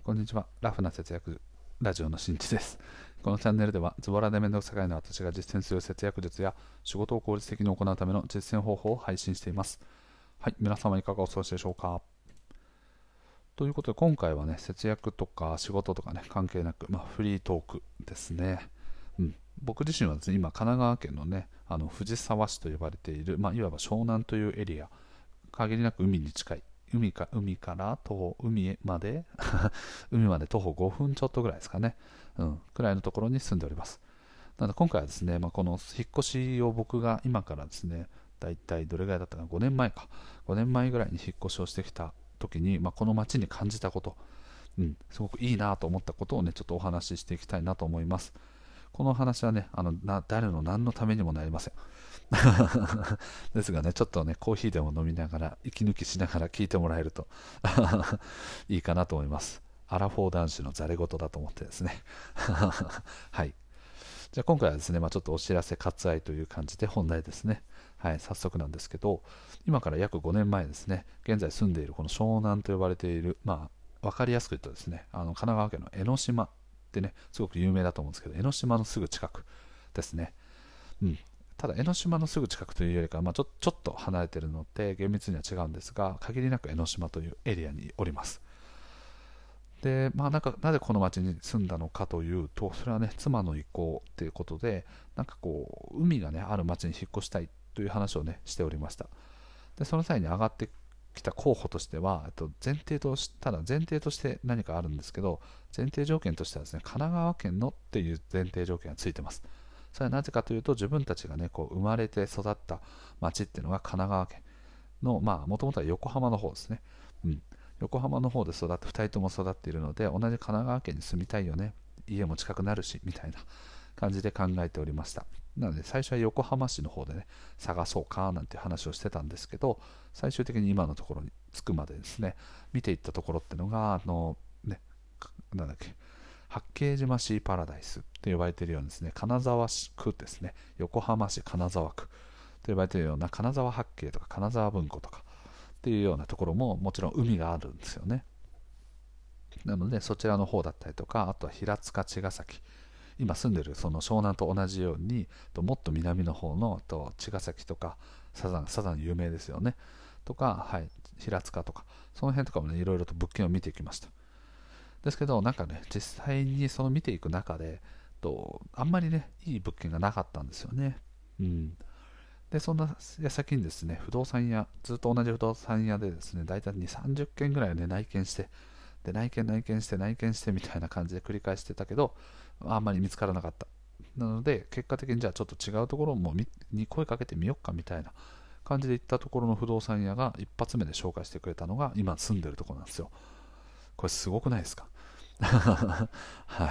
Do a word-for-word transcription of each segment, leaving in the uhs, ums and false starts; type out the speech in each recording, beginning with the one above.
こんにちは。ラフな節約ラジオのしんいちです。このチャンネルではズボラでめんどくさがいの私が実践する節約術や仕事を効率的に行うための実践方法を配信しています。はい、皆様いかがお過ごしでしょうか。ということで今回はね、節約とか仕事とかね、関係なく、まあ、フリートークですね。うん、僕自身はですね、今神奈川県のね、あの藤沢市と呼ばれている、まあ、いわば湘南というエリア、限りなく海に近い、海か海から徒歩海まで海まで徒歩ごふんちょっとぐらいですかね、うん、くらいのところに住んでおります。なので今回はですね、まあ、この引っ越しを僕が今からですね、だいたいどれぐらいだったかな、ごねんまえか、ごねんまえぐらいに引っ越しをしてきた時に、まあ、この街に感じたこと、うん、すごくいいなと思ったことをね、ちょっとお話ししていきたいなと思います。この話はね、あのな誰の何のためにもなりません。ですがね、ちょっとね、コーヒーでも飲みながら、息抜きしながら聞いてもらえるといいかなと思います。アラフォー男子のざれ言だと思ってですね。はい。じゃあ今回はですね、まあ、ちょっとお知らせ割愛という感じで本題ですね。はい、早速なんですけど、今から約ごねんまえですね、現在住んでいるこの湘南と呼ばれている、まあ、分かりやすく言うとですね、あの神奈川県の江ノ島ってね、すごく有名だと思うんですけど、江ノ島のすぐ近くですね。うん、ただ江ノ島のすぐ近くというよりかは、まあ、ちょちょっと離れているので厳密には違うんですが、限りなく江ノ島というエリアにおります。で、まあ、なんかなぜこの町に住んだのかというと、それはね、妻の意向ということで、なんかこう海がねある町に引っ越したいという話をねしておりました。でその際に上がってきた候補としては、と前提としただ前提として何かあるんですけど、前提条件としてはですね、神奈川県のっていう前提条件がついてます。それはなぜかというと、自分たちがねこう生まれて育った町っていうのが神奈川県の、まあもともとは横浜の方ですね。うん、横浜の方で育ってふたりとも育っているので、同じ神奈川県に住みたいよね、家も近くなるしみたいな感じで考えておりました。なので最初は横浜市の方でね探そうかなんて話をしてたんですけど、最終的に今のところに着くまでですね、見ていったところっていうのが、あのね、なんだっけ、八景島シーパラダイスと呼ばれているようにですね、金沢市区ですね、横浜市金沢区と呼ばれているような金沢八景とか金沢文庫とかっていうようなところももちろん海があるんですよね。なのでそちらの方だったりとか、あとは平塚茅ヶ崎、今住んでるその湘南と同じように、もっと南の方の茅ヶ崎とかサザン、サザン有名ですよねとか、はい、平塚とかその辺とかもね、いろいろと物件を見てきました。ですけどなんかね、実際にその見ていく中でとあんまりねいい物件がなかったんですよね。うん、でそんな矢先にですね、不動産屋、ずっと同じ不動産屋でですね、大体にじゅう、さんじゅっけんぐらいをね内見して、で内見内見して内見してみたいな感じで繰り返してたけど、あんまり見つからなかった。なので結果的にじゃあちょっと違うところもに声かけてみようかみたいな感じで行ったところの不動産屋が一発目で紹介してくれたのが今住んでるところなんですよ。これすごくないですか？はい。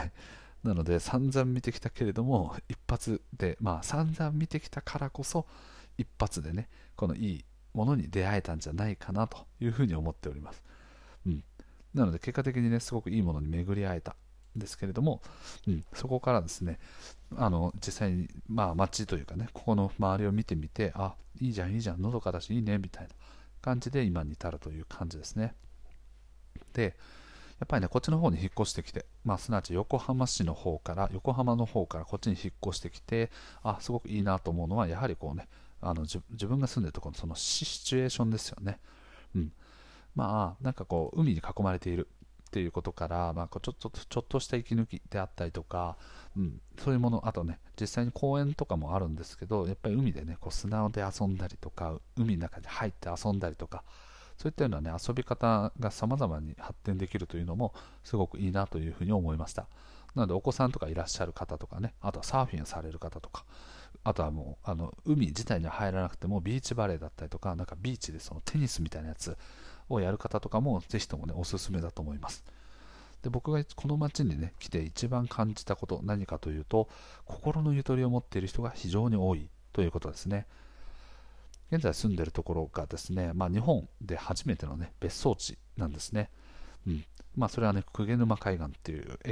なので散々見てきたけれども、一発で、まあ散々見てきたからこそ一発でね、このいいものに出会えたんじゃないかなというふうに思っております。うん、なので結果的にね、すごくいいものに巡り会えたんですけれども、うん、そこからですね、あの実際に、まあ、街というかね、ここの周りを見てみて、あ、いいじゃんいいじゃん、のどかだしいいねみたいな感じで今に至るという感じですね。でやっぱりね、こっちの方に引っ越してきて、まあ、すなわち横浜市の方から、横浜の方からこっちに引っ越してきて、あ、すごくいいなと思うのは、やはりこうね、あの自自分が住んでるところのそのシチュエーションですよね。うん。まあ、なんかこう、海に囲まれているっていうことから、まあ、こうちょっとちょっとした息抜きであったりとか、うん、そういうもの、あとね、実際に公園とかもあるんですけど、やっぱり海でね、こう砂で遊んだりとか、海の中に入って遊んだりとか、そういったような、ね、遊び方が様々に発展できるというのもすごくいいなというふうに思いました。なのでお子さんとかいらっしゃる方とかね、あとはサーフィンされる方とか、あとはもうあの海自体には入らなくてもビーチバレーだったりとか、なんかビーチでそのテニスみたいなやつをやる方とかもぜひともねおすすめだと思います。で僕がこの街にね来て一番感じたこと、何かというと、心のゆとりを持っている人が非常に多いということですね。現在住んでいるところがですね、まあ、日本で初めての、ね、別荘地なんですね。うん、まあ、それはね、鵠沼海岸っていう駅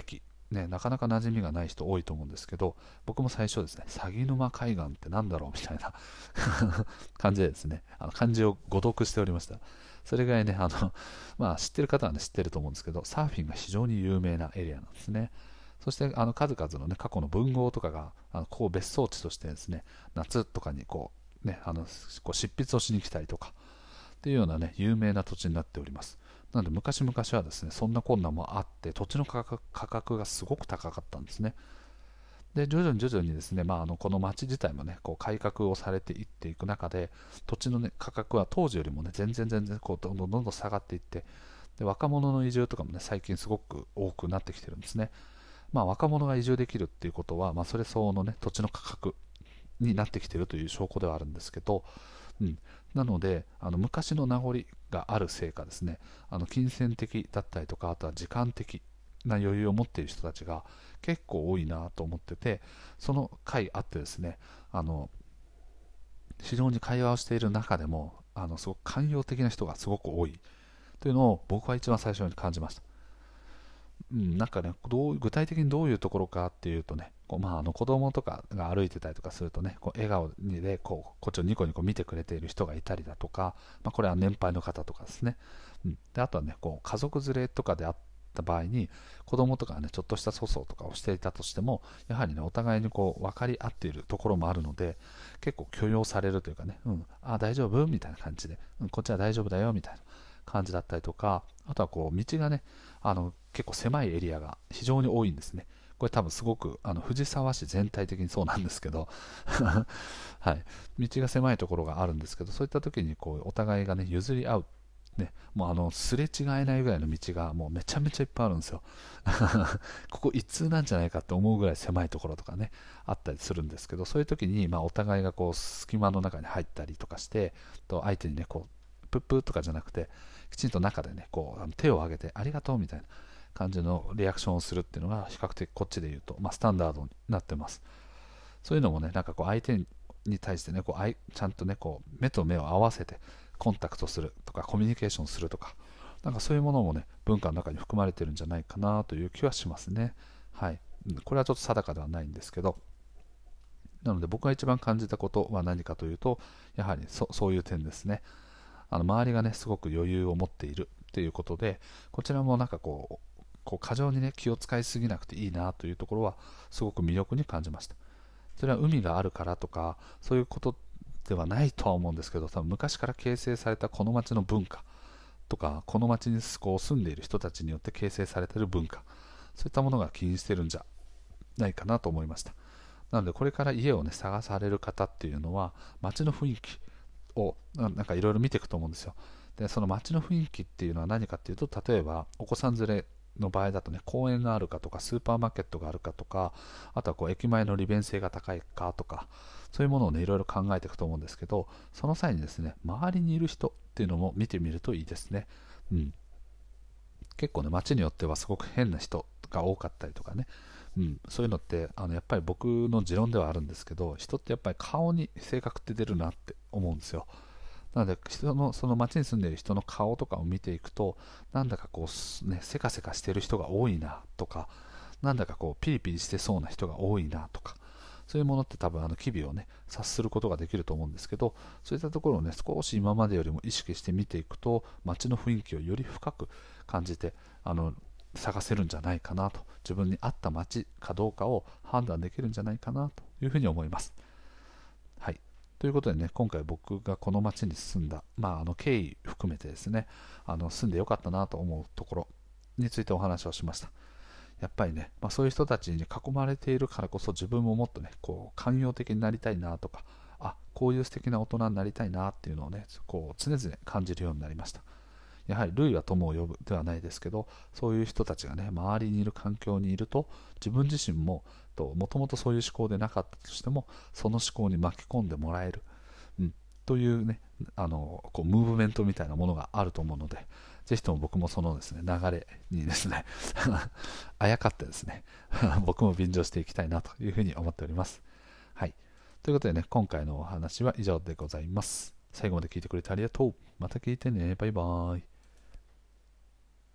ね、なかなか馴染みがない人多いと思うんですけど、僕も最初ですね、鷺沼海岸ってなんだろうみたいな感じでですね、あの漢字を誤読しておりました。それぐらいね、あのまあ、知ってる方は、ね、知ってると思うんですけど、サーフィンが非常に有名なエリアなんですね。そしてあの数々の、ね、過去の文豪とかがあのこう別荘地としてですね、夏とかにこう、ね、あのこう執筆をしに来たりとかっていうような、ね、有名な土地になっております。なので昔々はですね、そんな困難もあって、土地の価格、価格がすごく高かったんですね。で、徐々に徐々にですね、まあ、あのこの町自体もね、こう改革をされていっていく中で、土地の、ね、価格は当時よりもね、全然全然こうどんどんどんどん下がっていって、で若者の移住とかもね、最近すごく多くなってきてるんですね。まあ、若者が移住できるっていうことは、まあ、それ相応のね、土地の価格になってきているという証拠ではあるんですけど、うん、なのであの昔の名残があるせいかですね、あの金銭的だったりとか、あとは時間的な余裕を持っている人たちが結構多いなと思ってて、その回あってですね、あの非常に会話をしている中でもあのすごく寛容的な人がすごく多いというのを僕は一番最初に感じました。うん、なんかね、どう具体的にどういうところかっていうとね、こうまあ、あの子供とかが歩いてたりとかするとね、こう笑顔でこうこっちをニコニコ見てくれている人がいたりだとか、まあ、これは年配の方とかですね、うん、であとはね、こう家族連れとかであった場合に、子供とかね、ちょっとした粗相とかをしていたとしても、やはりね、お互いにこう分かり合っているところもあるので、結構許容されるというかね、うん、あ、大丈夫みたいな感じで、うん、こっちは大丈夫だよみたいな感じだったりとか、あとはこう道がね、あの結構狭いエリアが非常に多いんですね。これ多分すごくあの藤沢市全体的にそうなんですけどはい、道が狭いところがあるんですけど、そういった時にこうお互いがね譲り合う、ね、もうあのすれ違えないぐらいの道がもうめちゃめちゃいっぱいあるんですよここ一通なんじゃないかって思うぐらい狭いところとかねあったりするんですけど、そういう時にまあお互いがこう隙間の中に入ったりとかして、と相手にねこうプップとかじゃなくて、きちんと中でねこう手を挙げてありがとうみたいな感じのリアクションをするっていうのが比較的こっちで言うと、まあ、スタンダードになってます。そういうのもね、なんかこう相手に対してねこうあいちゃんとねこう目と目を合わせてコンタクトするとかコミュニケーションするとか、なんかそういうものもね文化の中に含まれてるんじゃないかなという気はしますね。はい、これはちょっと定かではないんですけど、なので僕が一番感じたことは何かというと、やはり そ, そういう点ですね。あの周りがねすごく余裕を持っているっていうことで、こちらもなんかこうこう過剰にね気を使いすぎなくていいなというところはすごく魅力に感じました。それは海があるからとかそういうことではないとは思うんですけど、多分昔から形成されたこの町の文化とか、この町にこう住んでいる人たちによって形成されている文化、そういったものが起因してるんじゃないかなと思いました。なのでこれから家をね探される方っていうのは、街の雰囲気をなんかいろいろ見ていくと思うんですよ。でその街の雰囲気っていうのは何かっていうと、例えばお子さん連れの場合だとね、公園があるかとかスーパーマーケットがあるかとか、あとはこう駅前の利便性が高いかとか、そういうものをねいろいろ考えていくと思うんですけど、その際にですね、周りにいる人っていうのも見てみるといいですね。うん、結構ね街によってはすごく変な人が多かったりとかね、うん、そういうのってあのやっぱり僕の持論ではあるんですけど、人ってやっぱり顔に性格って出るなって思うんですよ。なので人のその街に住んでいる人の顔とかを見ていくと、なんだかこう、ね、せかせかしてる人が多いなとか、なんだかこうピリピリしてそうな人が多いなとか、そういうものって多分あの機微をね察することができると思うんですけど、そういったところをね少し今までよりも意識して見ていくと、街の雰囲気をより深く感じてあの探せるんじゃないかなと、自分に合った街かどうかを判断できるんじゃないかなというふうに思います。はい、ということでね、今回僕がこの町に住んだ、まあ、あの経緯含めてですね、あの住んでよかったなと思うところについてお話をしました。やっぱりね、まあ、そういう人たちに囲まれているからこそ、自分ももっとねこう寛容的になりたいなとか、あ、こういう素敵な大人になりたいなっていうのをねこう常々感じるようになりました。やはり類は友を呼ぶではないですけど、そういう人たちがね周りにいる環境にいると、自分自身ももともとそういう思考でなかったとしても、その思考に巻き込んでもらえる、うん、というねあのこうムーブメントみたいなものがあると思うので、ぜひとも僕もそのですね流れにですねあやかってですね僕も便乗していきたいなというふうに思っております。はい、ということでね、今回のお話は以上でございます。最後まで聞いてくれてありがとう。また聞いてね。バイバーイ。